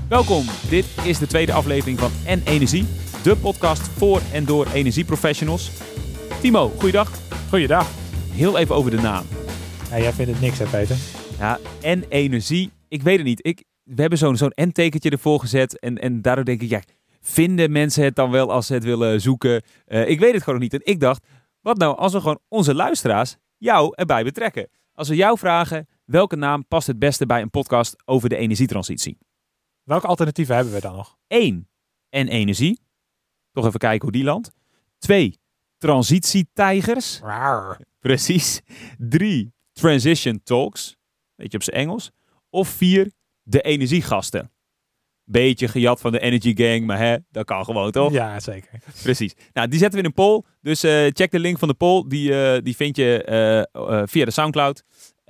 Welkom, dit is de tweede aflevering van En Energie, de podcast voor en door energieprofessionals. Timo, goeiedag. Goeiedag. Heel even over de naam. Ja, jij vindt het niks, hè Peter? Ja, En Energie, ik weet het niet. We hebben zo'n N-tekentje ervoor gezet en daardoor denk ik, ja, vinden mensen het dan wel als ze het willen zoeken? Ik weet het gewoon nog niet. En ik dacht, wat nou als we gewoon onze luisteraars jou erbij betrekken? Als we jou vragen, welke naam past het beste bij een podcast over de energietransitie? Welke alternatieven hebben we dan nog? 1. En Energie. Toch even kijken hoe die landt. 2. Transitietijgers. Rawr. Precies. 3. Transition Talks. Beetje op zijn Engels. Of 4. De Energiegasten. Beetje gejat van de Energy Gang, maar dat kan gewoon toch? Ja, zeker. Precies. Nou, die zetten we in een poll. Dus check de link van de poll. Die vind je via de Soundcloud.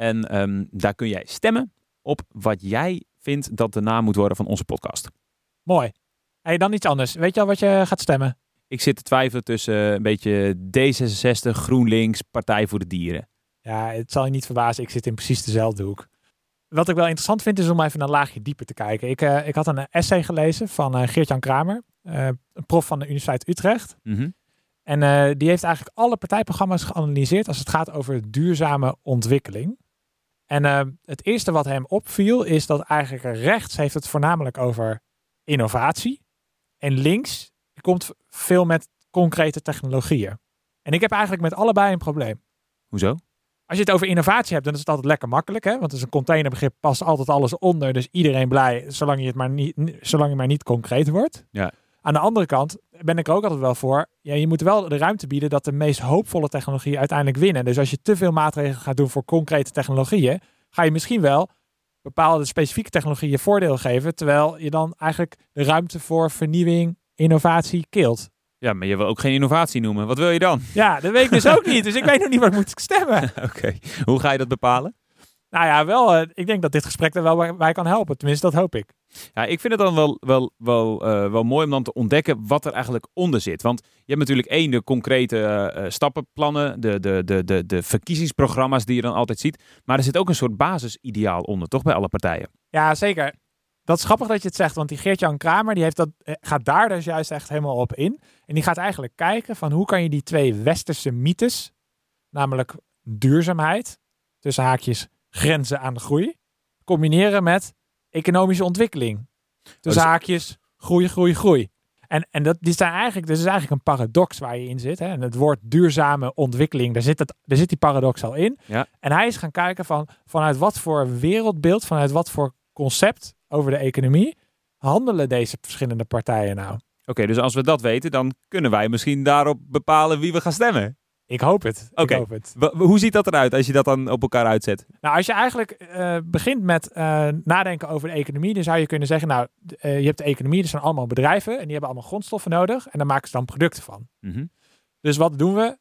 En daar kun jij stemmen op wat jij vindt dat de naam moet worden van onze podcast. Mooi. Hey, dan iets anders. Weet je al wat je gaat stemmen? Ik zit te twijfelen tussen een beetje D66, GroenLinks, Partij voor de Dieren. Ja, het zal je niet verbazen. Ik zit in precies dezelfde hoek. Wat ik wel interessant vind is om even een laagje dieper te kijken. Ik had een essay gelezen van Geert-Jan Kramer, een prof van de Universiteit Utrecht. Mm-hmm. En die heeft eigenlijk alle partijprogramma's geanalyseerd als het gaat over duurzame ontwikkeling. En het eerste wat hem opviel is dat eigenlijk rechts heeft het voornamelijk over innovatie. En links komt veel met concrete technologieën. En ik heb eigenlijk met allebei een probleem. Hoezo? Als je het over innovatie hebt, dan is het altijd lekker makkelijk. Hè? Want het is een containerbegrip, past altijd alles onder. Dus iedereen blij, zolang je maar niet concreet wordt. Ja. Aan de andere kant ben ik er ook altijd wel voor. Ja, je moet wel de ruimte bieden dat de meest hoopvolle technologieën uiteindelijk winnen. Dus als je te veel maatregelen gaat doen voor concrete technologieën, ga je misschien wel bepaalde specifieke technologieën voordeel geven, terwijl je dan eigenlijk de ruimte voor vernieuwing, innovatie kilt. Ja, maar je wil ook geen innovatie noemen. Wat wil je dan? Ja, dat weet ik dus ook niet. Dus ik weet nog niet wat ik moet stemmen. Oké. Hoe ga je dat bepalen? Nou ja, wel. Ik denk dat dit gesprek er wel bij kan helpen. Tenminste, dat hoop ik. Ja, ik vind het dan wel mooi om dan te ontdekken wat er eigenlijk onder zit. Want je hebt natuurlijk de concrete stappenplannen, de verkiezingsprogramma's die je dan altijd ziet. Maar er zit ook een soort basisideaal onder, toch, bij alle partijen? Ja, zeker. Dat is grappig dat je het zegt, want die Geert-Jan Kramer die gaat daar dus juist echt helemaal op in. En die gaat eigenlijk kijken van hoe kan je die twee westerse mythes, namelijk duurzaamheid, tussen haakjes grenzen aan de groei, combineren met economische ontwikkeling. Tussen haakjes groei. En dat is eigenlijk een paradox waar je in zit. Hè? En het woord duurzame ontwikkeling, daar zit die paradox al in. Ja. En hij is gaan kijken vanuit wat voor wereldbeeld, vanuit wat voor concept over de economie handelen deze verschillende partijen nou. Oké, dus als we dat weten, dan kunnen wij misschien daarop bepalen wie we gaan stemmen. Ik hoop het. Oké. Ik hoop het. Hoe ziet dat eruit als je dat dan op elkaar uitzet? Nou, als je eigenlijk begint met nadenken over de economie, dan zou je kunnen zeggen, nou, je hebt de economie, er zijn allemaal bedrijven en die hebben allemaal grondstoffen nodig en daar maken ze dan producten van. Mm-hmm. Dus wat doen we?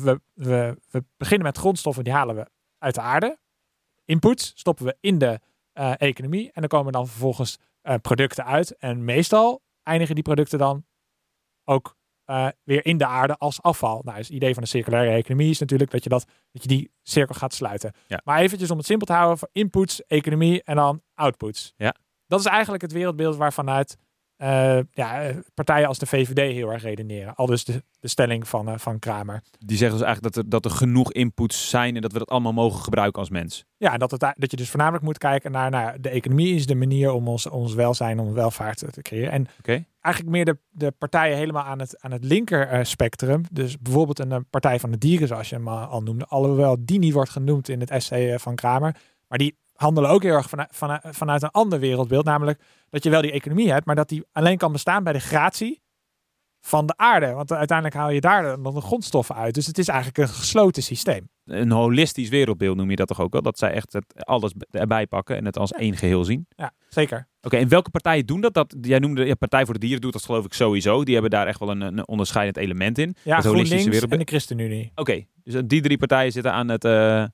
We beginnen met grondstoffen, die halen we uit de aarde. Inputs stoppen we in de economie en dan komen dan vervolgens producten uit. En meestal eindigen die producten dan ook weer in de aarde als afval. Nou, het idee van de circulaire economie is natuurlijk dat je die cirkel gaat sluiten. Ja. Maar eventjes om het simpel te houden, voor inputs, economie en dan outputs. Ja. Dat is eigenlijk het wereldbeeld waarvanuit partijen als de VVD heel erg redeneren. Al dus de stelling van Kramer. Die zeggen dus eigenlijk dat er genoeg inputs zijn en dat we dat allemaal mogen gebruiken als mens. Ja, en dat je dus voornamelijk moet kijken naar de economie is de manier om ons welzijn, om welvaart te creëren. En eigenlijk meer de partijen helemaal aan het linker spectrum. Dus bijvoorbeeld een partij van de dieren, zoals je hem al noemde. Alhoewel die niet wordt genoemd in het essay van Kramer. Maar die handelen ook heel erg vanuit een ander wereldbeeld. Namelijk dat je wel die economie hebt, maar dat die alleen kan bestaan bij de gratie van de aarde. Want uiteindelijk haal je daar dan de grondstoffen uit. Dus het is eigenlijk een gesloten systeem. Een holistisch wereldbeeld noem je dat toch ook wel? Dat zij echt alles erbij pakken en het als één geheel zien? Ja, zeker. Oké, en welke partijen doen dat? Jij noemde Partij voor de Dieren doet dat geloof ik sowieso. Die hebben daar echt wel een onderscheidend element in. Ja, het holistische GroenLinks wereldbeeld. en de ChristenUnie. Oké, dus die drie partijen zitten aan het...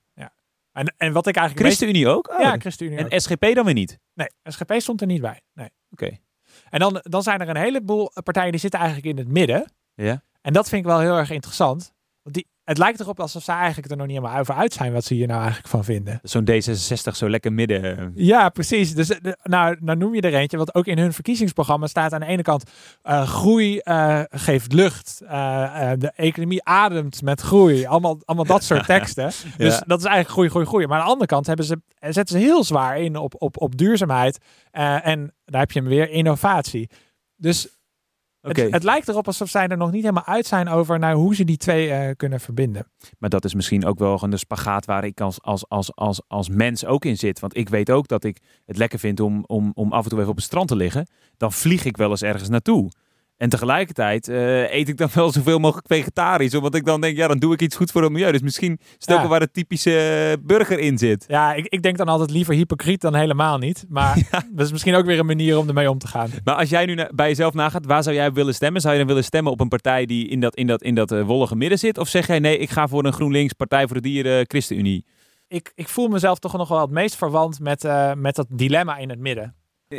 En wat ik eigenlijk... ChristenUnie ook? Oh. Ja, ChristenUnie ook. En SGP dan weer niet? Nee, SGP stond er niet bij. Nee. Oké. En dan zijn er een heleboel partijen die zitten eigenlijk in het midden. Ja. En dat vind ik wel heel erg interessant. Want het lijkt erop alsof zij eigenlijk er nog niet helemaal over uit zijn wat ze hier nou eigenlijk van vinden. Zo'n D66 zo lekker midden. Ja, precies. Dus nou noem je er eentje, want ook in hun verkiezingsprogramma staat aan de ene kant groei geeft lucht, de economie ademt met groei, allemaal dat soort teksten. Dus dat is eigenlijk groei. Maar aan de andere kant zetten ze heel zwaar in op duurzaamheid en daar heb je hem weer, innovatie. Dus het lijkt erop alsof zij er nog niet helemaal uit zijn over hoe ze die twee kunnen verbinden. Maar dat is misschien ook wel gewoon de spagaat waar ik als mens ook in zit. Want ik weet ook dat ik het lekker vind om af en toe even op het strand te liggen. Dan vlieg ik wel eens ergens naartoe. En tegelijkertijd eet ik dan wel zoveel mogelijk vegetarisch. Omdat ik dan denk, dan doe ik iets goed voor het milieu. Dus misschien stoppen waar de typische burger in zit. Ja, ik denk dan altijd liever hypocriet dan helemaal niet. Maar dat is misschien ook weer een manier om ermee om te gaan. Maar als jij nu bij jezelf nagaat, waar zou jij op willen stemmen? Zou je dan willen stemmen op een partij die in dat wollige midden zit? Of zeg jij, nee, ik ga voor een GroenLinks, Partij voor de Dieren, ChristenUnie? Ik voel mezelf toch nog wel het meest verwant met dat dilemma in het midden.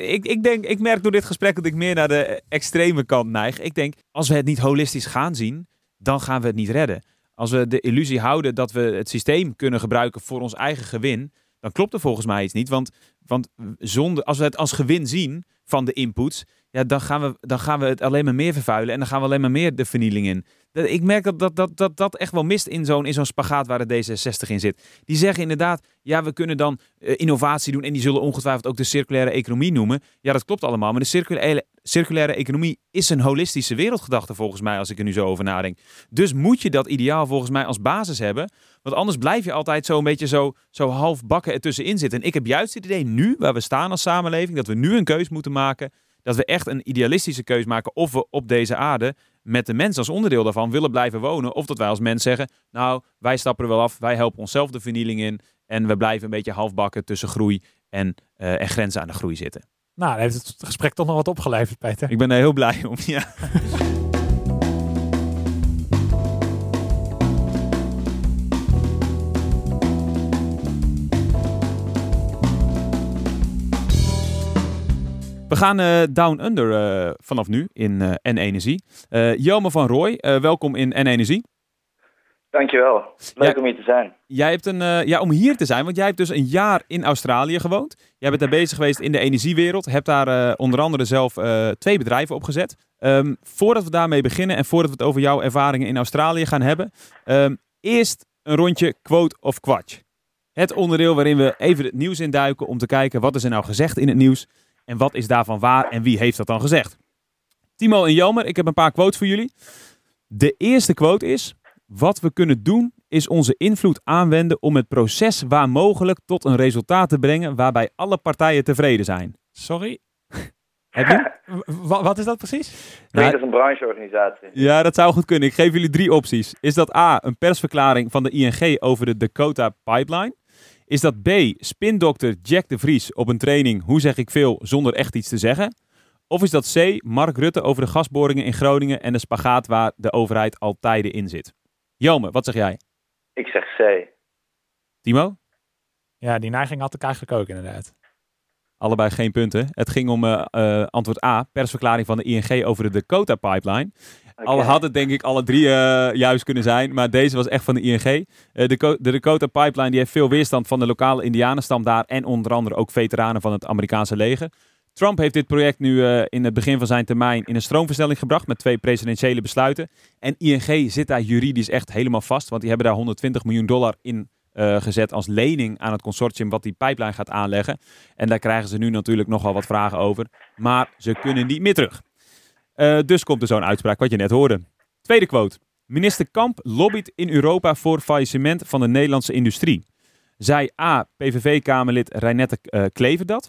Ik merk door dit gesprek dat ik meer naar de extreme kant neig. Ik denk, als we het niet holistisch gaan zien, dan gaan we het niet redden. Als we de illusie houden dat we het systeem kunnen gebruiken voor ons eigen gewin, dan klopt er volgens mij iets niet. Want als we het als gewin zien van de inputs, dan gaan we het alleen maar meer vervuilen en dan gaan we alleen maar meer de vernieling in. Ik merk dat echt wel mist in zo'n spagaat waar de D66 in zit. Die zeggen inderdaad, we kunnen dan innovatie doen en die zullen ongetwijfeld ook de circulaire economie noemen. Ja, dat klopt allemaal, maar de circulaire economie is een holistische wereldgedachte volgens mij, als ik er nu zo over nadenk. Dus moet je dat ideaal volgens mij als basis hebben, want anders blijf je altijd zo een beetje zo halfbakken ertussenin zitten. En ik heb juist het idee nu, waar we staan als samenleving, dat we nu een keus moeten maken, dat we echt een idealistische keus maken of we op deze aarde met de mens als onderdeel daarvan willen blijven wonen. Of dat wij als mens zeggen, nou, wij stappen er wel af, wij helpen onszelf de vernieling in en we blijven een beetje halfbakken tussen groei en grenzen aan de groei zitten. Nou, dan heeft het gesprek toch nog wat opgeleverd, Peter. Ik ben er heel blij om, ja. We gaan Down Under vanaf nu in N-Energie. Jelmer van Rooij, welkom in N-Energie. Dankjewel. Leuk om hier te zijn. Jij hebt om hier te zijn, want jij hebt dus een jaar in Australië gewoond. Jij bent daar bezig geweest in de energiewereld. Hebt daar onder andere zelf 2 bedrijven opgezet. Voordat we daarmee beginnen en voordat we het over jouw ervaringen in Australië gaan hebben. Eerst een rondje quote of quatsch. Het onderdeel waarin we even het nieuws induiken om te kijken wat is er nou gezegd in het nieuws. En wat is daarvan waar en wie heeft dat dan gezegd? Timo en Jelmer, ik heb een paar quotes voor jullie. De eerste quote is: wat we kunnen doen is onze invloed aanwenden om het proces waar mogelijk tot een resultaat te brengen waarbij alle partijen tevreden zijn. Sorry? Heb je? Wat is dat precies? Nee, dat is een brancheorganisatie. Ja, dat zou goed kunnen. Ik geef jullie 3 opties. Is dat A, een persverklaring van de ING over de Dakota Pipeline? Is dat B, spindokter Jack de Vries op een training Hoe zeg ik veel zonder echt iets te zeggen? Of is dat C, Mark Rutte over de gasboringen in Groningen en de spagaat waar de overheid al tijden in zit? Jelme, wat zeg jij? Ik zeg C. Timo? Ja, die neiging had elkaar gekookt inderdaad. Allebei geen punten. Het ging om antwoord A, persverklaring van de ING over de Dakota Pipeline. Okay. Al had het denk ik alle 3 juist kunnen zijn, maar deze was echt van de ING. De Dakota Pipeline die heeft veel weerstand van de lokale indianenstam daar en onder andere ook veteranen van het Amerikaanse leger. Trump heeft dit project nu in het begin van zijn termijn in een stroomversnelling gebracht met 2 presidentiële besluiten. En ING zit daar juridisch echt helemaal vast, want die hebben daar $120 miljoen in gezet als lening aan het consortium wat die pipeline gaat aanleggen. En daar krijgen ze nu natuurlijk nogal wat vragen over. Maar ze kunnen niet meer terug. Dus komt er zo'n uitspraak wat je net hoorde. Tweede quote. Minister Kamp lobbyt in Europa voor faillissement van de Nederlandse industrie. Zei A, PVV-Kamerlid Reinette Klever dat?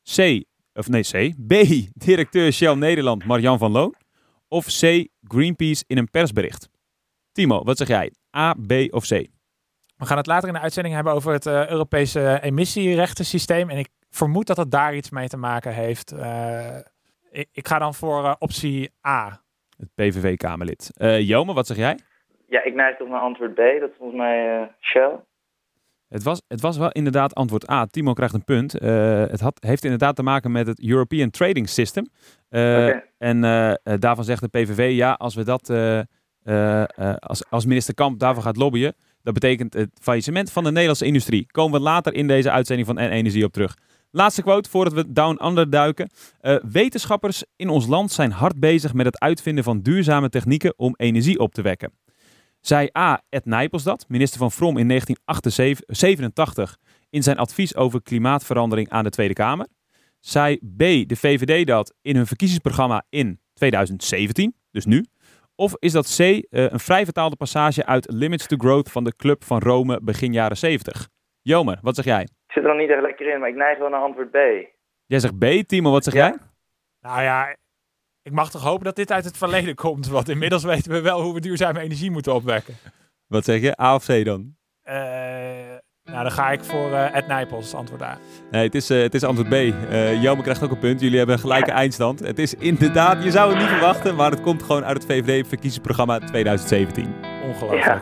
B, directeur Shell Nederland Marjan van Loon? Of C, Greenpeace in een persbericht? Timo, wat zeg jij? A, B of C? We gaan het later in de uitzending hebben over het Europese emissierechtensysteem. En ik vermoed dat het daar iets mee te maken heeft. Ik ga dan voor optie A. Het PVV-Kamerlid. Jelme, wat zeg jij? Ja, ik neig toch naar antwoord B. Dat is volgens mij Shell. Het was wel inderdaad antwoord A. Timo krijgt een punt. Het heeft inderdaad te maken met het European Trading System. Okay. En daarvan zegt de PVV, ja, als we dat als minister Kamp daarvoor gaat lobbyen, dat betekent het faillissement van de Nederlandse industrie. Komen we later in deze uitzending van N-Energie op terug. Laatste quote voordat we Down Under duiken. Wetenschappers in ons land zijn hard bezig met het uitvinden van duurzame technieken om energie op te wekken. Zei A. Ed Nijpels dat, minister van Vrom in 1987 in zijn advies over klimaatverandering aan de Tweede Kamer. Zei B. de VVD dat in hun verkiezingsprogramma in 2017, dus nu. Of is dat C. Een vrij vertaalde passage uit Limits to Growth van de Club van Rome begin jaren 70? Jomer, wat zeg jij? Ik zit er nog niet echt lekker in, maar ik neig wel naar antwoord B. Jij zegt B, Timo, wat zeg jij? Nou ja, ik mag toch hopen dat dit uit het verleden komt. Want inmiddels weten we wel hoe we duurzame energie moeten opwekken. Wat zeg je? A of C dan? Nou, dan ga ik voor Ed Nijpels, antwoord A. Nee, het is antwoord B. Jomer krijgt ook een punt. Jullie hebben een gelijke eindstand. Het is inderdaad, je zou het niet verwachten, maar het komt gewoon uit het VVD-verkiezingsprogramma 2017. Ongelooflijk. Ja.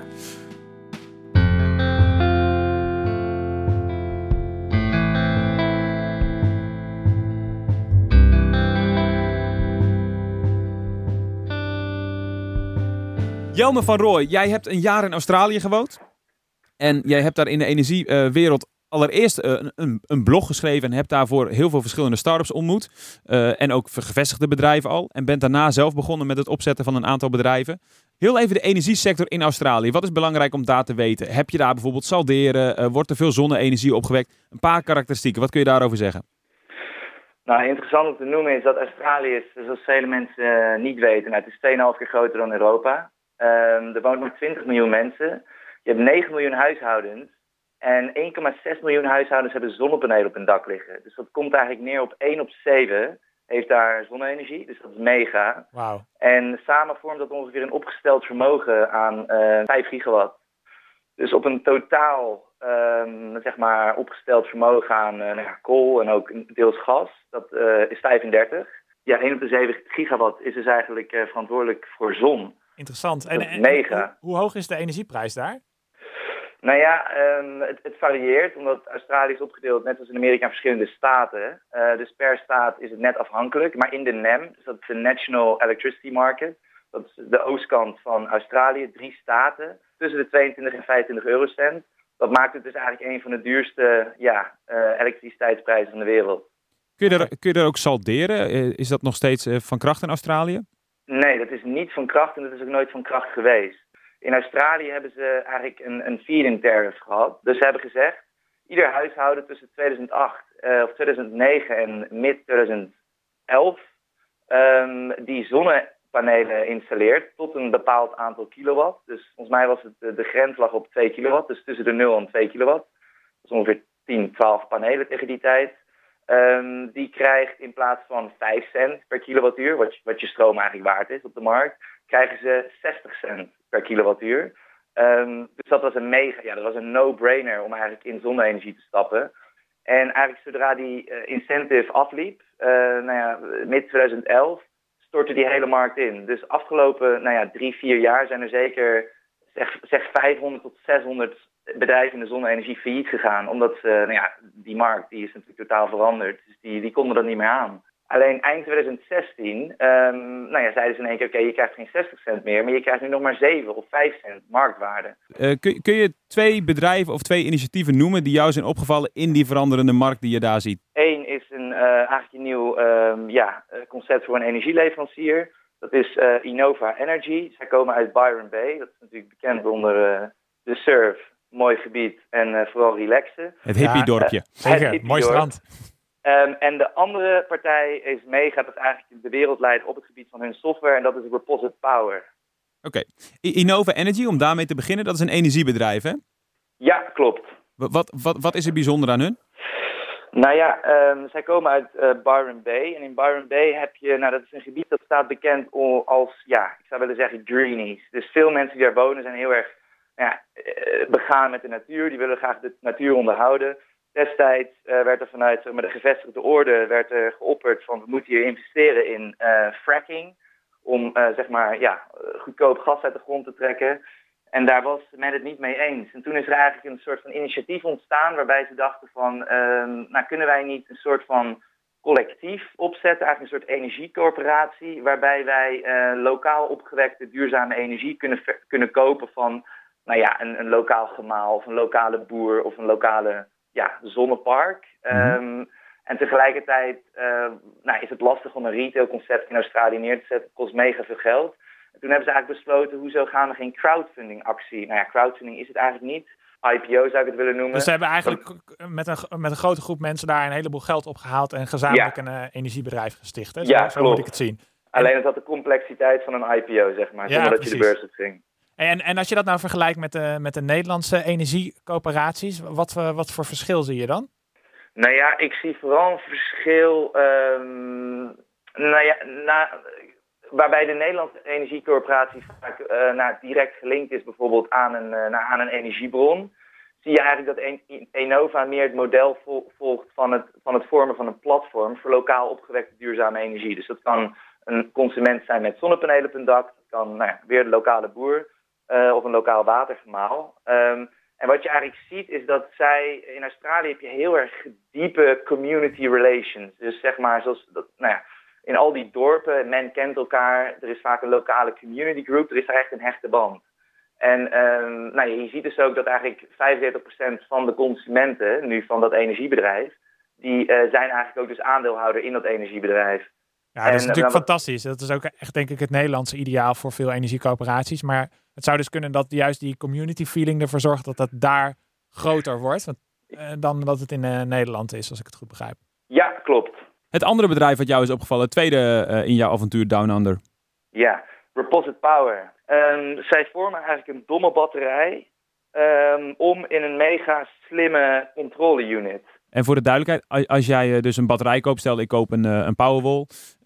Jomer van Rooij, jij hebt een jaar in Australië gewoond. En jij hebt daar in de energiewereld allereerst een blog geschreven en hebt daarvoor heel veel verschillende start-ups ontmoet. En ook gevestigde bedrijven al. En bent daarna zelf begonnen met het opzetten van een aantal bedrijven. Heel even de energiesector in Australië. Wat is belangrijk om daar te weten? Heb je daar bijvoorbeeld salderen? Wordt er veel zonne-energie opgewekt? Een paar karakteristieken. Wat kun je daarover zeggen? Nou, interessant om te noemen is dat Australië is, zoals vele mensen niet weten, het is 2,5 keer groter dan Europa. Er woont maar 20 miljoen mensen. Je hebt 9 miljoen huishoudens. En 1,6 miljoen huishoudens hebben zonnepanelen op hun dak liggen. Dus dat komt eigenlijk neer op 1 op 7 heeft daar zonne-energie. Dus dat is mega. Wauw. En samen vormt dat ongeveer een opgesteld vermogen aan 5 gigawatt. Dus op een totaal opgesteld vermogen aan kool en ook deels gas, dat is 35. Ja, 1 op de 7 gigawatt is dus eigenlijk verantwoordelijk voor zon. Interessant. En mega. Hoe hoog is de energieprijs daar? Nou ja, het varieert, omdat Australië is opgedeeld, net als in Amerika, in verschillende staten. Dus per staat is het net afhankelijk. Maar in de NEM, dus dat is de National Electricity Market, dat is de oostkant van Australië, 3 staten, tussen de 22 en 25 eurocent. Dat maakt het dus eigenlijk een van de duurste elektriciteitsprijzen van de wereld. Kun je daar ook salderen? Is dat nog steeds van kracht in Australië? Nee, dat is niet van kracht en dat is ook nooit van kracht geweest. In Australië hebben ze eigenlijk een feed-in tariff gehad. Dus ze hebben gezegd, ieder huishouden tussen 2009 en mid 2011 die zonnepanelen installeert tot een bepaald aantal kilowatt. Dus volgens mij was het de grens lag op 2 kilowatt, dus tussen de 0 en 2 kilowatt. Dat is ongeveer 10, 12 panelen tegen die tijd. Die krijgt in plaats van 5 cent per kilowattuur, wat je stroom eigenlijk waard is op de markt, krijgen ze 60 cent per kilowattuur. Dus dat was dat was een no-brainer om eigenlijk in zonne-energie te stappen. En eigenlijk zodra die incentive afliep, mid 2011, stortte die hele markt in. Dus afgelopen 3-4 jaar zijn er zeker zeg 500 tot 600 bedrijven in de zonne-energie failliet gegaan. Omdat die markt die is natuurlijk totaal veranderd. Dus die konden dat niet meer aan. Alleen eind 2016 zeiden ze in één keer, oké, je krijgt geen 60 cent meer, maar je krijgt nu nog maar 7 of 5 cent marktwaarde. Kun je 2 bedrijven of 2 initiatieven noemen die jou zijn opgevallen in die veranderende markt die je daar ziet? Eén is eigenlijk een nieuw concept voor een energieleverancier. Dat is Innova Energy. Zij komen uit Byron Bay. Dat is natuurlijk bekend onder de surf. Mooi gebied en vooral relaxen. Het hippiedorpje. Zeker, mooi strand. En de andere partij is Mega, dat is eigenlijk de wereldleider op het gebied van hun software. En dat is Reposit Power. Oké. Innova Energy, om daarmee te beginnen, dat is een energiebedrijf, hè? Ja, klopt. Wat is er bijzonder aan hun? Nou ja, zij komen uit Byron Bay. En in Byron Bay heb je, dat is een gebied dat staat bekend als, ik zou willen zeggen, greenies. Dus veel mensen die daar wonen zijn heel erg begaan met de natuur. Die willen graag de natuur onderhouden. Destijds werd er vanuit de gevestigde orde werd er geopperd van we moeten hier investeren in fracking. Om goedkoop gas uit de grond te trekken. En daar was men het niet mee eens. En toen is er eigenlijk een soort van initiatief ontstaan waarbij ze dachten van kunnen wij niet een soort van collectief opzetten, eigenlijk een soort energiecoöperatie, waarbij wij lokaal opgewekte duurzame energie kunnen kopen van een lokaal gemaal of een lokale boer of een lokale zonnepark. En tegelijkertijd is het lastig om een retailconcept in Australië neer te zetten. Het kost mega veel geld. En toen hebben ze eigenlijk besloten, hoezo gaan we geen crowdfunding actie? Crowdfunding is het eigenlijk niet. IPO zou ik het willen noemen. Dus ze hebben eigenlijk met een grote groep mensen daar een heleboel geld opgehaald en gezamenlijk een energiebedrijf gesticht. Hè? Zo moet ik het zien. Alleen het had de complexiteit van een IPO, zeg maar, zonder dat je de beurs op ging. En als je dat nou vergelijkt met de Nederlandse energiecoöperaties, wat voor verschil zie je dan? Nou ja, ik zie vooral een verschil. Waarbij de Nederlandse energiecoöperatie vaak direct gelinkt is bijvoorbeeld aan een energiebron, zie je eigenlijk dat Enova meer het model volgt van het vormen van een platform voor lokaal opgewekte duurzame energie. Dus dat kan een consument zijn met zonnepanelen op hun dak, dat kan weer de lokale boer of een lokaal watergemaal. En wat je eigenlijk ziet is dat in Australië heb je heel erg diepe community relations. Dus zeg maar, zoals in al die dorpen, men kent elkaar, er is vaak een lokale community group, er is daar echt een hechte band. En je ziet dus ook dat eigenlijk 45% van de consumenten nu van dat energiebedrijf, die zijn eigenlijk ook dus aandeelhouder in dat energiebedrijf. Ja, dat is natuurlijk fantastisch. Dat is ook echt denk ik het Nederlandse ideaal voor veel energiecoöperaties. Maar het zou dus kunnen dat juist die community feeling ervoor zorgt dat dat daar groter wordt dan dat het in Nederland is, als ik het goed begrijp. Ja, klopt. Het andere bedrijf wat jou is opgevallen, het tweede in jouw avontuur Down Under. Ja, Reposit Power. Zij vormen eigenlijk een domme batterij om in een mega slimme controle-unit. En voor de duidelijkheid, als jij dus een batterij koopt, stel ik koop een Powerwall,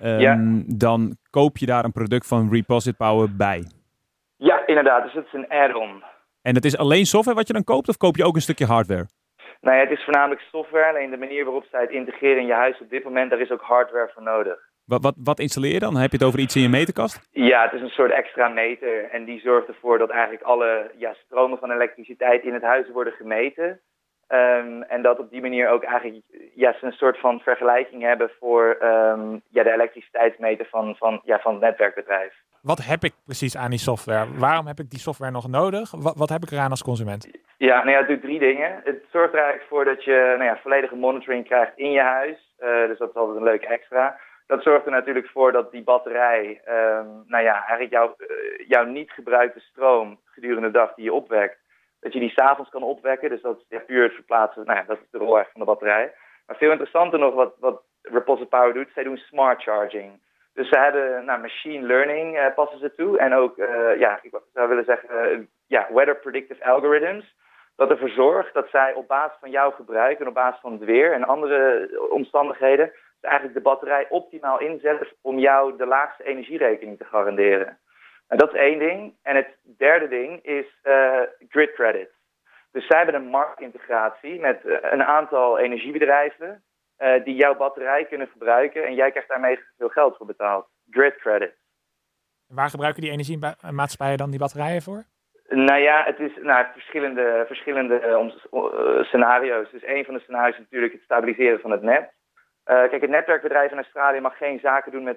dan koop je daar een product van Reposit Power bij. Ja, inderdaad. Dus het is een add-on. En het is alleen software wat je dan koopt, of koop je ook een stukje hardware? Nou ja, het is voornamelijk software. Alleen de manier waarop zij het integreren in je huis op dit moment, daar is ook hardware voor nodig. Wat installeer je dan? Heb je het over iets in je meterkast? Ja, het is een soort extra meter. En die zorgt ervoor dat eigenlijk alle stromen van elektriciteit in het huis worden gemeten. En dat op die manier ook eigenlijk ze een soort van vergelijking hebben voor de elektriciteitsmeter van het netwerkbedrijf. Wat heb ik precies aan die software? Waarom heb ik die software nog nodig? Wat heb ik eraan als consument? Ja, het doet 3 dingen. Het zorgt er eigenlijk voor dat je volledige monitoring krijgt in je huis. Dus dat is altijd een leuke extra. Dat zorgt er natuurlijk voor dat die batterij eigenlijk jouw niet gebruikte stroom gedurende de dag die je opwekt, dat je die 's avonds kan opwekken. Dus dat is puur het verplaatsen. Dat is de rol van de batterij. Maar veel interessanter nog wat Reposit Power doet, zij doen smart charging. Dus ze hebben machine learning passen ze toe. En ook, ik zou willen zeggen, weather predictive algorithms. Dat ervoor zorgt dat zij op basis van jouw gebruik en op basis van het weer en andere omstandigheden eigenlijk de batterij optimaal inzetten om jou de laagste energierekening te garanderen. En dat is 1 ding. En het derde ding is grid credits. Dus zij hebben een marktintegratie met een aantal energiebedrijven die jouw batterij kunnen gebruiken en jij krijgt daarmee veel geld voor betaald. Grid credits. Waar gebruiken die energiemaatschappijen dan die batterijen voor? Het is verschillende scenario's. Dus een van de scenario's is natuurlijk het stabiliseren van het net. Kijk, het netwerkbedrijf in Australië mag geen zaken doen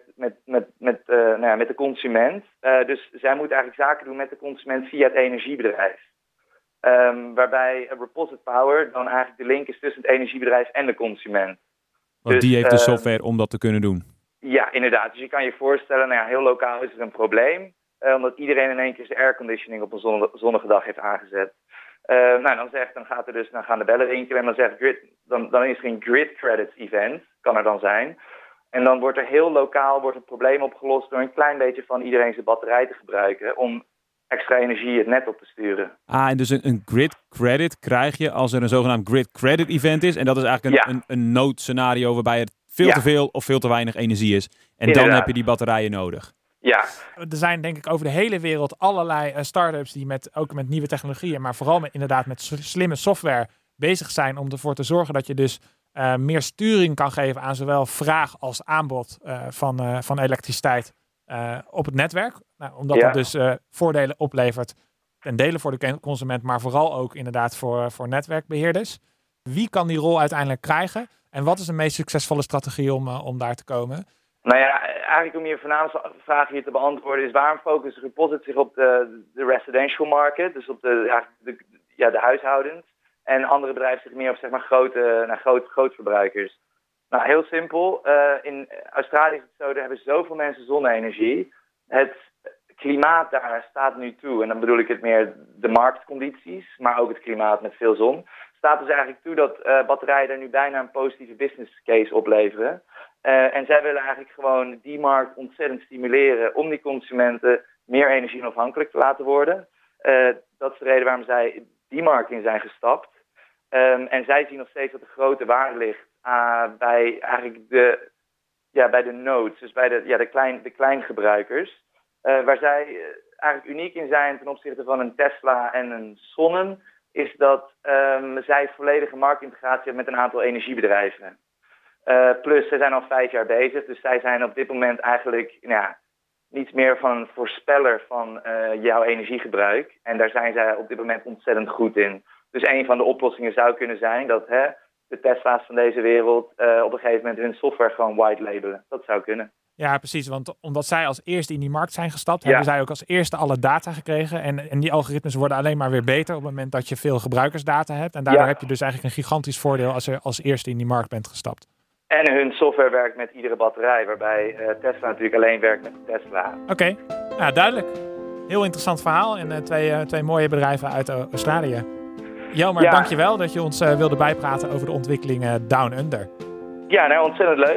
met de consument. Dus zij moeten eigenlijk zaken doen met de consument via het energiebedrijf. Waarbij Reposit Power dan eigenlijk de link is tussen het energiebedrijf en de consument. Want die heeft de software om dat te kunnen doen. Ja, inderdaad. Dus je kan je voorstellen, heel lokaal is er een probleem. Omdat iedereen in één keer zijn airconditioning op een zonnige dag heeft aangezet. Dan gaan de bellen rinkelen en dan zegt dan is er een grid credits event, kan er dan zijn. En dan wordt er heel lokaal het probleem opgelost door een klein beetje van iedereen zijn batterij te gebruiken om extra energie het net op te sturen. En dus een grid credit krijg je als er een zogenaamd grid credit event is. En dat is eigenlijk een noodscenario waarbij er veel te veel of veel te weinig energie is. En inderdaad, dan heb je die batterijen nodig. Ja. Er zijn denk ik over de hele wereld allerlei start-ups die ook met nieuwe technologieën, maar vooral met slimme software bezig zijn om ervoor te zorgen dat je dus meer sturing kan geven aan zowel vraag als aanbod van elektriciteit op het netwerk. Omdat dat dus voordelen oplevert ten dele voor de consument, maar vooral ook inderdaad voor netwerkbeheerders. Wie kan die rol uiteindelijk krijgen? En wat is de meest succesvolle strategie om daar te komen? Nou ja, eigenlijk om je voornaamste vraag hier te beantwoorden is waarom focussen Reposit zich op de residential market, dus op de huishoudens, en andere bedrijven zich meer op zeg maar grootverbruikers. Nou, heel simpel. In Australië is het zo, daar hebben zoveel mensen zonne-energie. Het klimaat daar staat nu toe, en dan bedoel ik het meer de marktcondities, maar ook het klimaat met veel zon, staat dus eigenlijk toe dat batterijen er nu bijna een positieve business case opleveren. En zij willen eigenlijk gewoon die markt ontzettend stimuleren om die consumenten meer energieonafhankelijk te laten worden. Dat is de reden waarom zij die markt in zijn gestapt. En zij zien nog steeds dat de grote waarde ligt bij eigenlijk bij de nodes, dus bij de kleingebruikers. Waar zij eigenlijk uniek in zijn ten opzichte van een Tesla en een Sonnen, is dat zij volledige marktintegratie hebben met een aantal energiebedrijven. Plus, zij zijn al 5 jaar bezig, dus zij zijn op dit moment eigenlijk niets meer van een voorspeller van jouw energiegebruik. En daar zijn zij op dit moment ontzettend goed in. Dus een van de oplossingen zou kunnen zijn dat de Tesla's van deze wereld op een gegeven moment hun software gewoon white labelen. Dat zou kunnen. Ja, precies. Want omdat zij als eerste in die markt zijn gestapt, hebben zij ook als eerste alle data gekregen. En die algoritmes worden alleen maar weer beter op het moment dat je veel gebruikersdata hebt. En daardoor heb je dus eigenlijk een gigantisch voordeel als je als eerste in die markt bent gestapt. En hun software werkt met iedere batterij, waarbij Tesla natuurlijk alleen werkt met de Tesla. Oké, nou, duidelijk. Heel interessant verhaal en twee mooie bedrijven uit Australië. Jelmer, dankjewel dat je ons wilde bijpraten over de ontwikkelingen Down Under. Ja, nou, ontzettend leuk.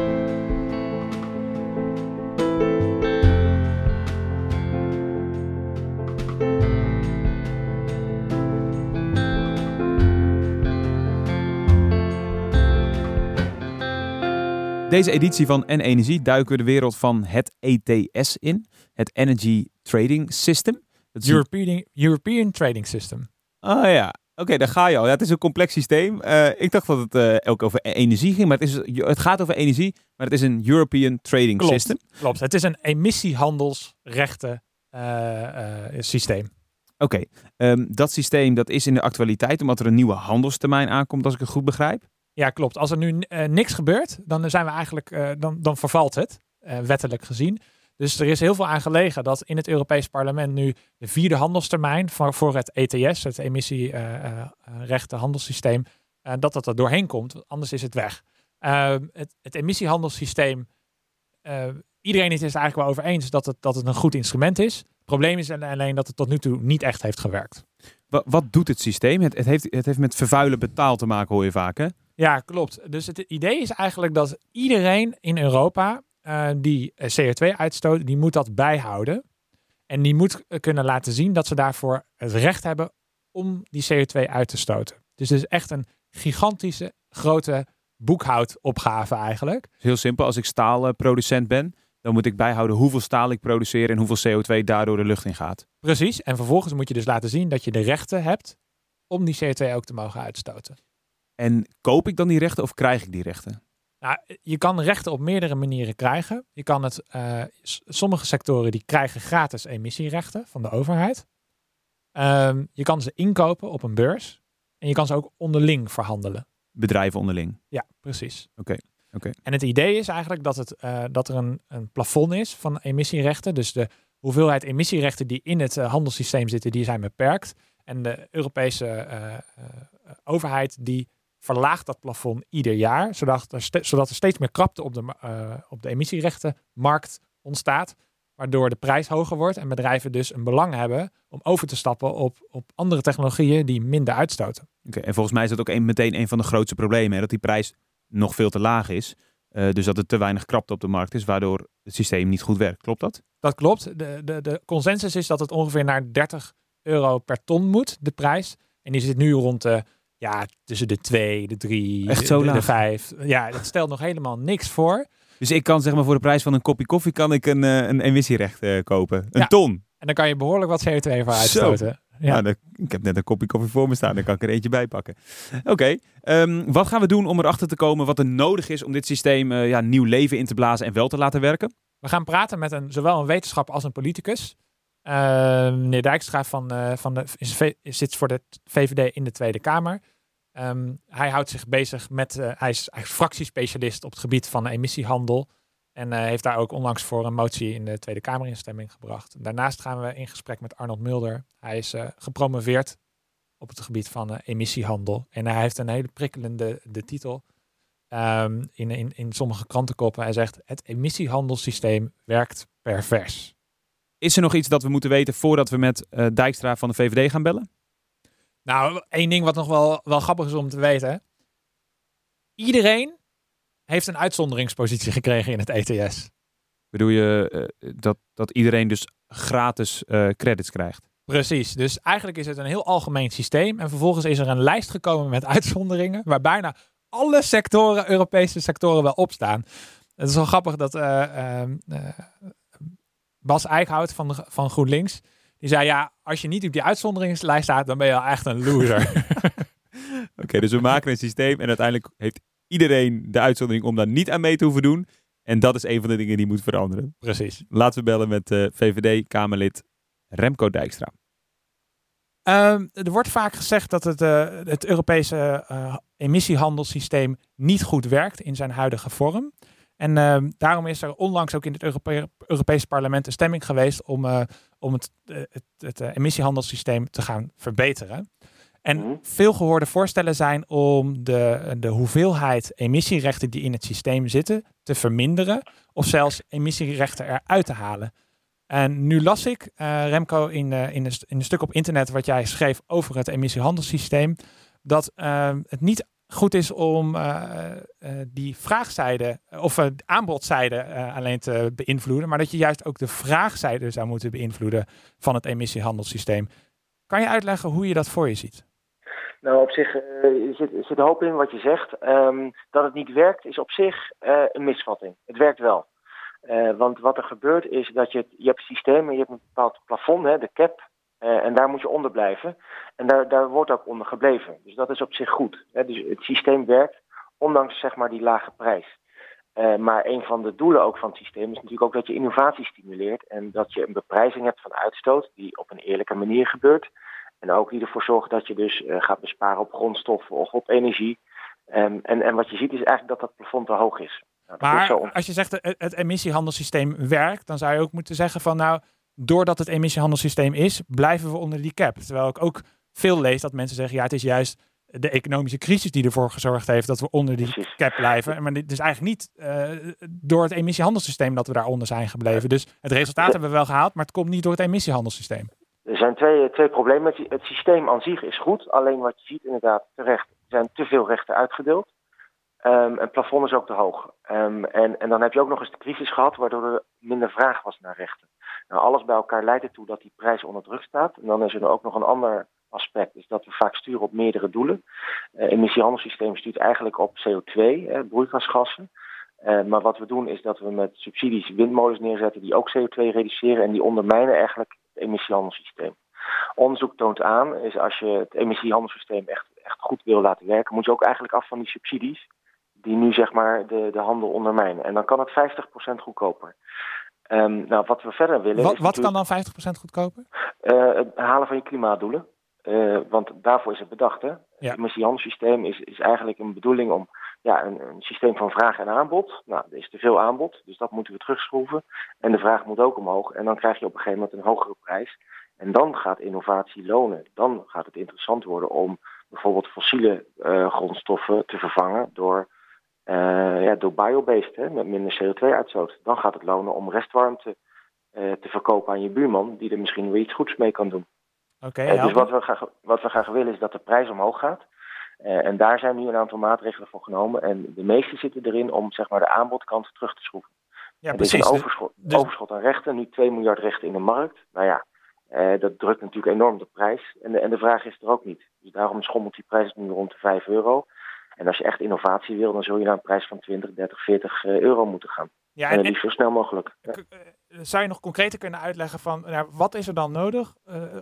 Deze editie van N-Energie duiken we de wereld van het ETS in. Het Energy Trading System. European Trading System. Ah ja, oké, daar ga je al. Ja, het is een complex systeem. Ik dacht dat het ook over energie ging, maar het gaat over energie, maar het is een European Trading System. Klopt, het is een emissiehandelsrechten systeem. Oké, dat systeem dat is in de actualiteit omdat er een nieuwe handelstermijn aankomt, als ik het goed begrijp. Ja, klopt. Als er nu niks gebeurt, dan zijn we eigenlijk, dan vervalt het, wettelijk gezien. Dus er is heel veel aan gelegen dat in het Europees Parlement nu de 4e handelstermijn voor het ETS, het emissierechten handelssysteem, dat er doorheen komt. Want anders is het weg. Het emissiehandelssysteem, iedereen is het eigenlijk wel over eens dat het een goed instrument is. Het probleem is alleen dat het tot nu toe niet echt heeft gewerkt. Wat doet het systeem? Het heeft met vervuilen betaald te maken, hoor je vaak, hè? Ja, klopt. Dus het idee is eigenlijk dat iedereen in Europa die CO2 uitstoot, die moet dat bijhouden. En die moet kunnen laten zien dat ze daarvoor het recht hebben om die CO2 uit te stoten. Dus het is echt een gigantische, grote boekhoudopgave eigenlijk. Heel simpel, als ik staalproducent ben, dan moet ik bijhouden hoeveel staal ik produceer en hoeveel CO2 daardoor de lucht in gaat. Precies, en vervolgens moet je dus laten zien dat je de rechten hebt om die CO2 ook te mogen uitstoten. En koop ik dan die rechten of krijg ik die rechten? Nou, je kan rechten op meerdere manieren krijgen. Je kan het, sommige sectoren die krijgen gratis emissierechten van de overheid. Je kan ze inkopen op een beurs. En je kan ze ook onderling verhandelen. Bedrijven onderling? Ja, precies. Oké. En het idee is eigenlijk dat er een plafond is van emissierechten. Dus de hoeveelheid emissierechten die in het handelssysteem zitten, die zijn beperkt. En de Europese overheid die verlaagt dat plafond ieder jaar, zodat er steeds meer krapte op de emissierechtenmarkt ontstaat, waardoor de prijs hoger wordt en bedrijven dus een belang hebben om over te stappen op andere technologieën die minder uitstoten. Oké, en volgens mij is dat ook meteen een van de grootste problemen, hè? Dat die prijs nog veel te laag is, dus dat er te weinig krapte op de markt is, waardoor het systeem niet goed werkt. Klopt dat? Dat klopt. De consensus is dat het ongeveer naar €30 per ton moet, de prijs. En die zit nu rond tussen de 2, de 3, de 5. Ja, dat stelt nog helemaal niks voor. Dus ik kan zeg maar voor de prijs van een kopje koffie kan ik een emissierecht kopen. Een ton. En dan kan je behoorlijk wat CO2 voor uitstoten. Ja. Nou, ik heb net een kopje koffie voor me staan. Dan kan ik er eentje bij pakken. Oké. Wat gaan we doen om erachter te komen wat er nodig is om dit systeem nieuw leven in te blazen en wel te laten werken? We gaan praten met zowel een wetenschapper als een politicus. Meneer Dijkstra zit voor de VVD in de Tweede Kamer. Hij houdt zich bezig met... hij is fractiespecialist op het gebied van emissiehandel. En heeft daar ook onlangs voor een motie in de Tweede Kamer in stemming gebracht. Daarnaast gaan we in gesprek met Arnold Mulder. Hij is gepromoveerd op het gebied van emissiehandel. En hij heeft een hele prikkelende de titel in sommige krantenkoppen. Hij zegt, het emissiehandelssysteem werkt pervers. Is er nog iets dat we moeten weten voordat we met Dijkstra van de VVD gaan bellen? Nou, één ding wat nog wel grappig is om te weten. Iedereen heeft een uitzonderingspositie gekregen in het ETS. Bedoel je dat iedereen dus gratis credits krijgt? Precies, dus eigenlijk is het een heel algemeen systeem. En vervolgens is er een lijst gekomen met uitzonderingen, waar bijna alle sectoren, Europese sectoren, wel opstaan. Het is wel grappig dat Bas Eickhout van GroenLinks, die zei, ja, als je niet op die uitzonderingslijst staat, dan ben je al echt een loser. Oké, dus we maken een systeem en uiteindelijk heeft iedereen de uitzondering om daar niet aan mee te hoeven doen. En dat is een van de dingen die moet veranderen. Precies. Laten we bellen met VVD-Kamerlid Remco Dijkstra. Er wordt vaak gezegd dat het Europese emissiehandelssysteem niet goed werkt in zijn huidige vorm. En daarom is er onlangs ook in het Europese parlement een stemming geweest om het emissiehandelssysteem te gaan verbeteren. En veel gehoorde voorstellen zijn om de hoeveelheid emissierechten die in het systeem zitten te verminderen of zelfs emissierechten eruit te halen. En nu las ik, Remco, in een stuk op internet wat jij schreef over het emissiehandelssysteem, dat het niet goed is om die vraagzijde of de aanbodzijde alleen te beïnvloeden, maar dat je juist ook de vraagzijde zou moeten beïnvloeden van het emissiehandelssysteem. Kan je uitleggen hoe je dat voor je ziet? Nou, op zich zit een hoop in wat je zegt. Dat het niet werkt is op zich een misvatting. Het werkt wel. Want wat er gebeurt is dat je hebt een systeem en je hebt een bepaald plafond, de cap. En daar moet je onder blijven. En daar wordt ook onder gebleven. Dus dat is op zich goed. Dus het systeem werkt, ondanks zeg maar die lage prijs. Maar een van de doelen ook van het systeem is natuurlijk ook dat je innovatie stimuleert. En dat je een beprijzing hebt van uitstoot die op een eerlijke manier gebeurt. En ook die ervoor zorgt dat je dus gaat besparen op grondstoffen of op energie. En wat je ziet is eigenlijk dat plafond te hoog is. Maar als je zegt het emissiehandelssysteem werkt, dan zou je ook moeten zeggen van nou, doordat het emissiehandelssysteem is, blijven we onder die cap. Terwijl ik ook veel lees dat mensen zeggen, ja, het is juist de economische crisis die ervoor gezorgd heeft dat we onder die cap blijven. Maar dit is eigenlijk niet door het emissiehandelssysteem dat we daaronder zijn gebleven. Dus het resultaat hebben we wel gehaald, maar het komt niet door het emissiehandelssysteem. Er zijn twee problemen. Het systeem aan zich is goed, alleen wat je ziet inderdaad terecht, er zijn te veel rechten uitgedeeld. Het plafond is ook te hoog. En dan heb je ook nog eens de crisis gehad, waardoor er minder vraag was naar rechten. Nou, alles bij elkaar leidt ertoe dat die prijs onder druk staat. En dan is er ook nog een ander aspect, is dat we vaak sturen op meerdere doelen. Emissiehandelssysteem stuurt eigenlijk op CO2, broeikasgassen. Maar wat we doen is dat we met subsidies windmolens neerzetten die ook CO2 reduceren en die ondermijnen eigenlijk het emissiehandelssysteem. Onderzoek toont aan, is als je het emissiehandelssysteem echt goed wil laten werken, moet je ook eigenlijk af van die subsidies die nu zeg maar de handel ondermijnen. En dan kan het 50% goedkoper. Nou, wat we verder willen... Wat kan dan 50% goedkoper? Het halen van je klimaatdoelen. Want daarvoor is het bedacht. Hè? Ja. Het emissiehandelssysteem is eigenlijk een bedoeling om een systeem van vraag en aanbod. Nou, er is te veel aanbod, dus dat moeten we terugschroeven. En de vraag moet ook omhoog. En dan krijg je op een gegeven moment een hogere prijs. En dan gaat innovatie lonen. Dan gaat het interessant worden om bijvoorbeeld fossiele grondstoffen te vervangen door biobased, met minder CO2-uitstoot. Dan gaat het lonen om restwarmte te verkopen aan je buurman, die er misschien weer iets goeds mee kan doen. Dus wat we graag willen is dat de prijs omhoog gaat. En daar zijn nu een aantal maatregelen voor genomen. En de meeste zitten erin om zeg maar de aanbodkant terug te schroeven. Ja, precies. Er is een overschot aan rechten, nu 2 miljard rechten in de markt. Nou ja, dat drukt natuurlijk enorm de prijs. En de vraag is er ook niet. Dus daarom schommelt die prijs nu rond de €5. En als je echt innovatie wil, dan zul je naar een prijs van 20, 30, 40 euro moeten gaan. Ja, en liefst zo snel mogelijk. Ja. Zou je nog concreter kunnen uitleggen van wat is er dan nodig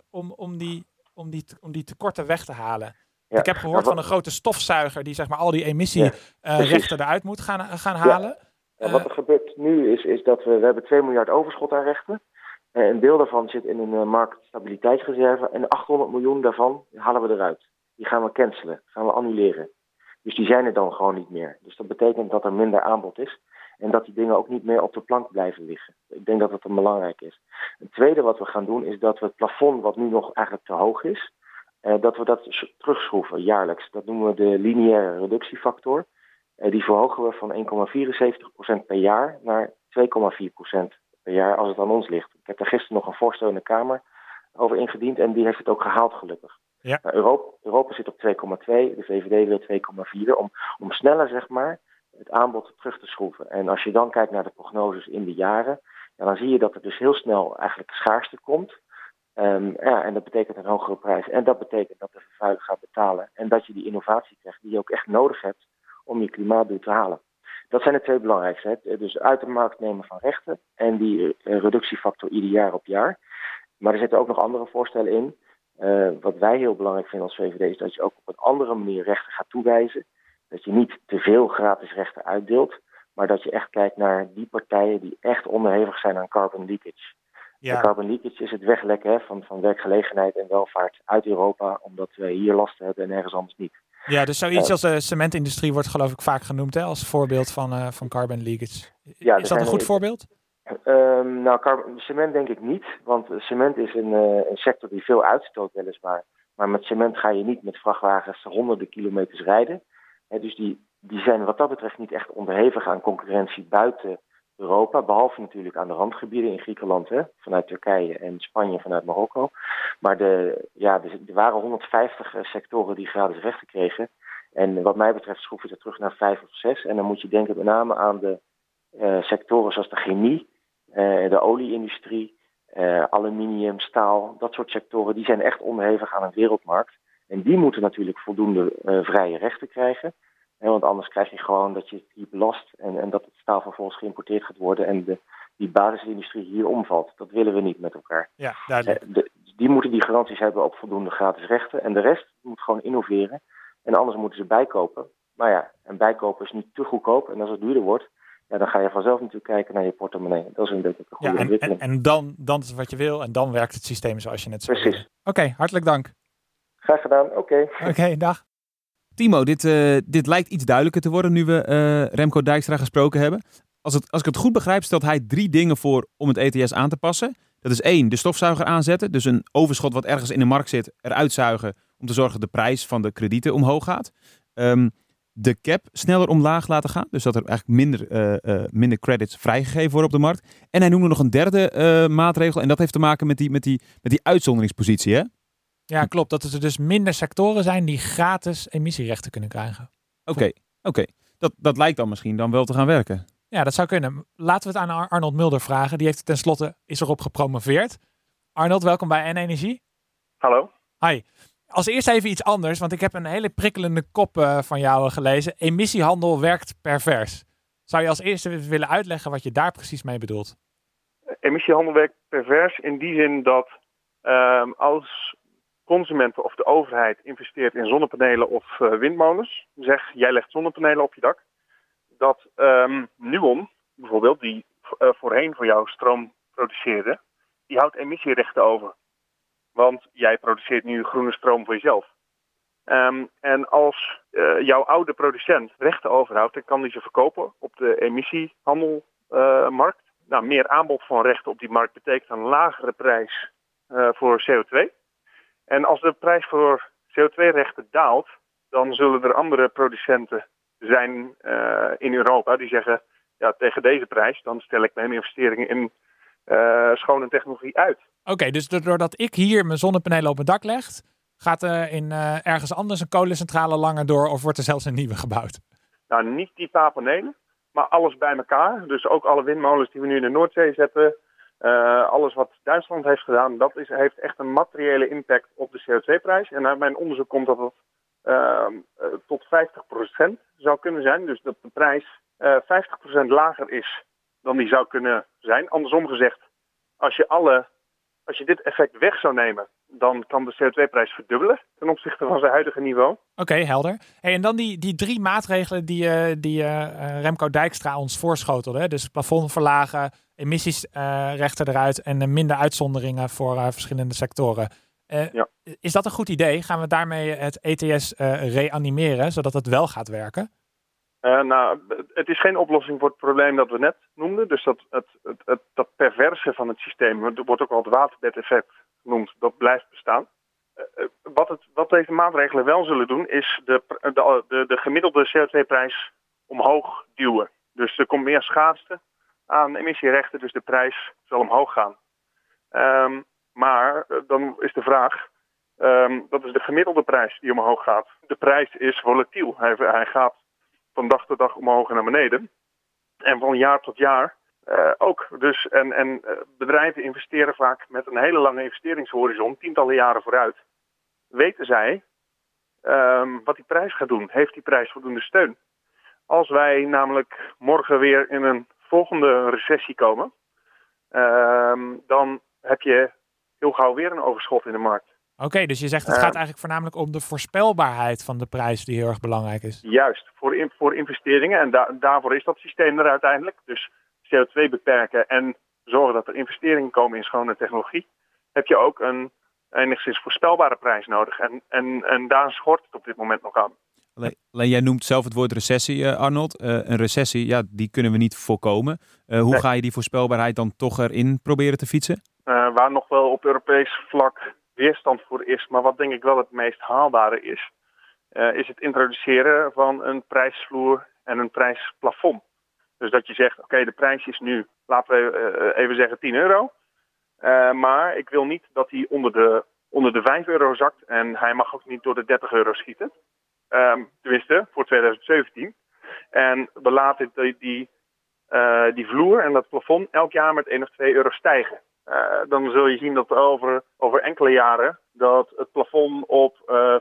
om die tekorten weg te halen? Ja. Ik heb gehoord van een grote stofzuiger die zeg maar al die emissierechten eruit moet gaan halen. Ja, wat er gebeurt nu is dat we hebben 2 miljard overschot aan rechten. Een deel daarvan zit in een marktstabiliteitsreserve en 800 miljoen daarvan halen we eruit. die gaan we cancelen, gaan we annuleren. Dus die zijn er dan gewoon niet meer. Dus dat betekent dat er minder aanbod is en dat die dingen ook niet meer op de plank blijven liggen. Ik denk dat dat dan belangrijk is. Het tweede wat we gaan doen is dat we het plafond, wat nu nog eigenlijk te hoog is, dat we dat terugschroeven jaarlijks. Dat noemen we de lineaire reductiefactor. Die verhogen we van 1,74% per jaar naar 2,4% per jaar als het aan ons ligt. Ik heb daar gisteren nog een voorstel in de Kamer over ingediend en die heeft het ook gehaald gelukkig. Ja. Europa zit op 2,2, de VVD wil 2,4 om sneller zeg maar het aanbod terug te schroeven. En als je dan kijkt naar de prognoses in de jaren, dan zie je dat er dus heel snel eigenlijk schaarste komt. En dat betekent een hogere prijs. En dat betekent dat de vervuiler gaat betalen. En dat je die innovatie krijgt die je ook echt nodig hebt om je klimaatdoel te halen. Dat zijn de twee belangrijkste. Hè? Dus uit de markt nemen van rechten en die reductiefactor ieder jaar op jaar. Maar er zitten ook nog andere voorstellen in. Wat wij heel belangrijk vinden als VVD is dat je ook op een andere manier rechten gaat toewijzen. Dat je niet te veel gratis rechten uitdeelt, maar dat je echt kijkt naar die partijen die echt onderhevig zijn aan carbon leakage. Ja. En carbon leakage is het weglekken van werkgelegenheid en welvaart uit Europa, omdat wij hier last hebben en ergens anders niet. Ja, dus zoiets als de cementindustrie wordt geloof ik vaak genoemd als voorbeeld van carbon leakage. Ja, is dat een goed voorbeeld? Cement denk ik niet, want cement is een sector die veel uitstoot weliswaar. Maar met cement ga je niet met vrachtwagens honderden kilometers rijden. Dus die zijn wat dat betreft niet echt onderhevig aan concurrentie buiten Europa. Behalve natuurlijk aan de randgebieden in Griekenland, vanuit Turkije en Spanje vanuit Marokko. Maar er waren 150 sectoren die gratis rechten kregen. En wat mij betreft schroef je er terug naar 5 of 6. En dan moet je denken met name aan de sectoren zoals de chemie, de olieindustrie, aluminium, staal. Dat soort sectoren die zijn echt onderhevig aan een wereldmarkt. En die moeten natuurlijk voldoende vrije rechten krijgen. Want anders krijg je gewoon dat je het hier belast en dat het staal vervolgens geïmporteerd gaat worden en die basisindustrie hier omvalt. Dat willen we niet met elkaar. Ja, duidelijk. Die moeten die garanties hebben op voldoende gratis rechten. En de rest moet gewoon innoveren. En anders moeten ze bijkopen. Maar ja, en bijkopen is niet te goedkoop. En als het duurder wordt, dan ga je vanzelf natuurlijk kijken naar je portemonnee. Dat is een beetje een goede ontwikkeling. En dan is het wat je wil en dan werkt het systeem zoals je net zei. Precies. Oké, hartelijk dank. Graag gedaan, oké. Oké, dag. Timo, dit lijkt iets duidelijker te worden nu we Remco Dijkstra gesproken hebben. Als ik het goed begrijp, stelt hij 3 dingen voor om het ETS aan te passen. Dat is 1, de stofzuiger aanzetten. Dus een overschot wat ergens in de markt zit, eruit zuigen om te zorgen dat de prijs van de kredieten omhoog gaat. De cap sneller omlaag laten gaan. Dus dat er eigenlijk minder credits vrijgegeven worden op de markt. En hij noemde nog een derde maatregel. En dat heeft te maken met die uitzonderingspositie, hè? Ja, klopt. Dat er dus minder sectoren zijn die gratis emissierechten kunnen krijgen. Oké. Dat lijkt dan misschien dan wel te gaan werken. Ja, dat zou kunnen. Laten we het aan Arnold Mulder vragen. Die heeft tenslotte is erop gepromoveerd. Arnold, welkom bij N-Energie. Hallo. Hi. Als eerst even iets anders, want ik heb een hele prikkelende kop van jou gelezen. Emissiehandel werkt pervers. Zou je als eerste willen uitleggen wat je daar precies mee bedoelt? Emissiehandel werkt pervers in die zin dat als consumenten of de overheid investeert in zonnepanelen of windmolens, zeg jij legt zonnepanelen op je dak, dat Nuon bijvoorbeeld, die voorheen voor jou stroom produceerde, die houdt emissierechten over. Want jij produceert nu groene stroom voor jezelf. En als jouw oude producent rechten overhoudt, dan kan die ze verkopen op de emissiehandelmarkt. Meer aanbod van rechten op die markt betekent een lagere prijs voor CO2. En als de prijs voor CO2-rechten daalt, dan zullen er andere producenten zijn in Europa die zeggen, ja, tegen deze prijs, dan stel ik mijn investeringen in schone technologie uit. Oké, dus doordat ik hier mijn zonnepanelen op mijn dak leg, gaat er ergens anders een kolencentrale langer door of wordt er zelfs een nieuwe gebouwd? Nou, niet die paar panelen, maar alles bij elkaar. Dus ook alle windmolens die we nu in de Noordzee zetten, alles wat Duitsland heeft gedaan, dat heeft echt een materiële impact op de CO2-prijs. En uit mijn onderzoek komt dat het tot 50% zou kunnen zijn. Dus dat de prijs 50% lager is dan die zou kunnen zijn. Andersom gezegd, als je dit effect weg zou nemen, dan kan de CO2-prijs verdubbelen ten opzichte van zijn huidige niveau. Oké, helder. Hey, en dan die 3 maatregelen die Remco Dijkstra ons voorschotelde. Hè? Dus plafond verlagen, emissiesrechten eruit en minder uitzonderingen voor verschillende sectoren. Is dat een goed idee? Gaan we daarmee het ETS reanimeren, zodat het wel gaat werken? Het is geen oplossing voor het probleem dat we net noemden. Dus dat perverse van het systeem, het wordt ook al het waterbedeffect genoemd, dat blijft bestaan. Wat deze maatregelen wel zullen doen, is de gemiddelde CO2-prijs omhoog duwen. Dus er komt meer schaarste aan emissierechten, dus de prijs zal omhoog gaan. Maar dan is de vraag, dat is de gemiddelde prijs die omhoog gaat. De prijs is volatiel. Hij gaat van dag tot dag omhoog en naar beneden. En van jaar tot jaar ook. Dus, en bedrijven investeren vaak met een hele lange investeringshorizon, tientallen jaren vooruit. Weten zij wat die prijs gaat doen? Heeft die prijs voldoende steun? Als wij namelijk morgen weer in een volgende recessie komen, dan heb je heel gauw weer een overschot in de markt. Oké, dus je zegt het gaat eigenlijk voornamelijk om de voorspelbaarheid van de prijs die heel erg belangrijk is. Juist, voor investeringen. En daarvoor is dat systeem er uiteindelijk. Dus CO2 beperken en zorgen dat er investeringen komen in schone technologie. Heb je ook een enigszins voorspelbare prijs nodig. En daar schort het op dit moment nog aan. Alleen jij noemt zelf het woord recessie, Arnold. Een recessie, die kunnen we niet voorkomen. Hoe ga je die voorspelbaarheid dan toch erin proberen te fietsen? Waar nog wel op Europees vlak weerstand voor is, maar wat denk ik wel het meest haalbare is het introduceren van een prijsvloer en een prijsplafond. Dus dat je zegt, oké, de prijs is nu, laten we even zeggen, €10. Maar ik wil niet dat hij onder de €5 zakt en hij mag ook niet door de €30 schieten. Tenminste, voor 2017. En we laten die vloer en dat plafond elk jaar met €1 of €2 stijgen. Dan zul je zien dat over enkele jaren dat het plafond op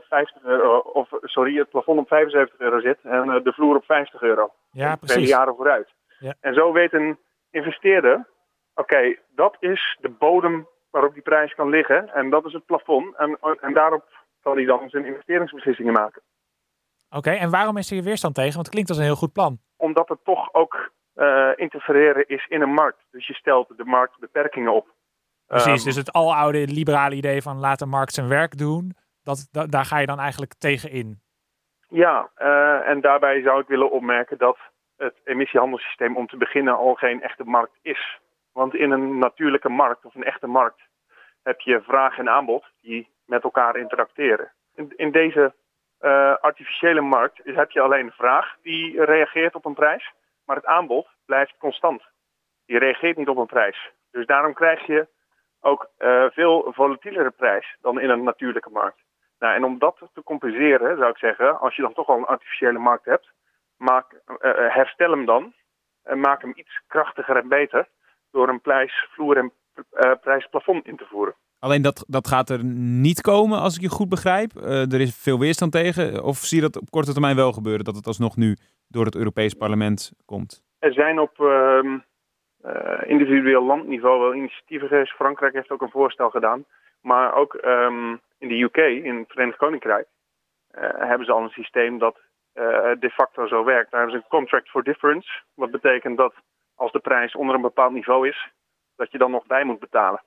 het plafond op €75 zit en de vloer op €50. Ja, precies. 2 jaren vooruit. Ja. En zo weet een investeerder, oké, dat is de bodem waarop die prijs kan liggen en dat is het plafond. En daarop zal hij dan zijn investeringsbeslissingen maken. Oké, en waarom is er hier weerstand tegen? Want het klinkt als een heel goed plan. Omdat het toch ook interfereren is in een markt. Dus je stelt de markt beperkingen op. Precies, dus het aloude liberale idee van laat de markt zijn werk doen, daar ga je dan eigenlijk tegen in. Ja, en daarbij zou ik willen opmerken dat het emissiehandelssysteem om te beginnen al geen echte markt is. Want in een natuurlijke markt of een echte markt heb je vraag en aanbod die met elkaar interacteren. In deze artificiële markt heb je alleen vraag die reageert op een prijs, maar het aanbod blijft constant. Die reageert niet op een prijs. Dus daarom krijg je ook veel volatielere prijs dan in een natuurlijke markt. Nou, en om dat te compenseren, zou ik zeggen, als je dan toch al een artificiële markt hebt, herstel hem dan en maak hem iets krachtiger en beter door een prijsvloer en prijsplafond in te voeren. Alleen dat gaat er niet komen, als ik je goed begrijp. Er is veel weerstand tegen. Of zie je dat op korte termijn wel gebeuren, dat het alsnog nu door het Europees Parlement komt? Er zijn op individueel landniveau wel initiatieven geweest. Frankrijk heeft ook een voorstel gedaan. Maar ook in de UK, in het Verenigd Koninkrijk, hebben ze al een systeem dat de facto zo werkt. Daar hebben ze een contract for difference. Wat betekent dat als de prijs onder een bepaald niveau is, dat je dan nog bij moet betalen.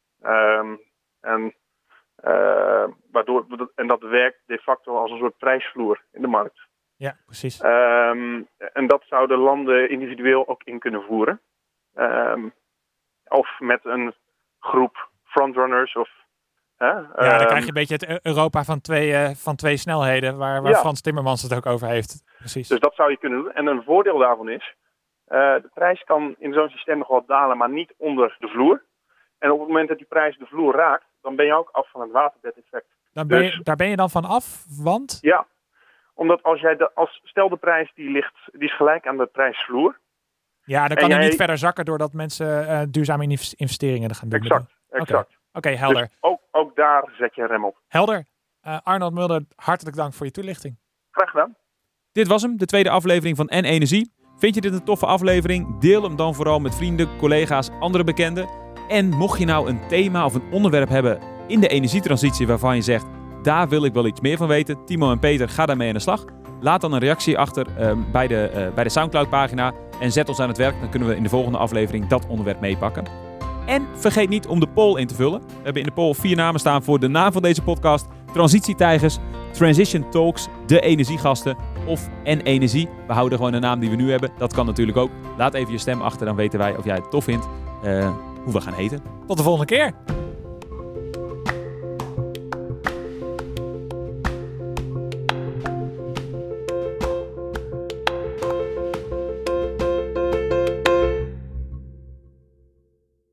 En dat werkt de facto als een soort prijsvloer in de markt. Ja, precies. En dat zouden landen individueel ook in kunnen voeren. Of met een groep frontrunners. Dan krijg je een beetje het Europa van twee snelheden, waar Frans Timmermans het ook over heeft. Precies. Dus dat zou je kunnen doen. En een voordeel daarvan is, de prijs kan in zo'n systeem nog wel dalen, maar niet onder de vloer. En op het moment dat die prijs de vloer raakt, dan ben je ook af van het waterbedeffect. Daar ben je dan van af, want? Ja, omdat stel de prijs die is gelijk aan de prijsvloer. Ja, dan kan hij niet verder zakken doordat mensen duurzame investeringen gaan doen. Exact. Oké, helder. Dus ook daar zet je een rem op. Helder. Arnold Mulder, hartelijk dank voor je toelichting. Graag gedaan. Dit was hem, de tweede aflevering van N-Energie. Vind je dit een toffe aflevering? Deel hem dan vooral met vrienden, collega's, andere bekenden. En mocht je nou een thema of een onderwerp hebben in de energietransitie waarvan je zegt, daar wil ik wel iets meer van weten. Timo en Peter, ga daarmee aan de slag. Laat dan een reactie achter bij de Soundcloud pagina en zet ons aan het werk. Dan kunnen we in de volgende aflevering dat onderwerp meepakken. En vergeet niet om de poll in te vullen. We hebben in de poll 4 namen staan voor de naam van deze podcast. Transitietijgers, Transition Talks, de Energiegasten of En Energie. We houden gewoon de naam die we nu hebben. Dat kan natuurlijk ook. Laat even je stem achter, dan weten wij of jij het tof vindt. Hoe we gaan heten. Tot de volgende keer.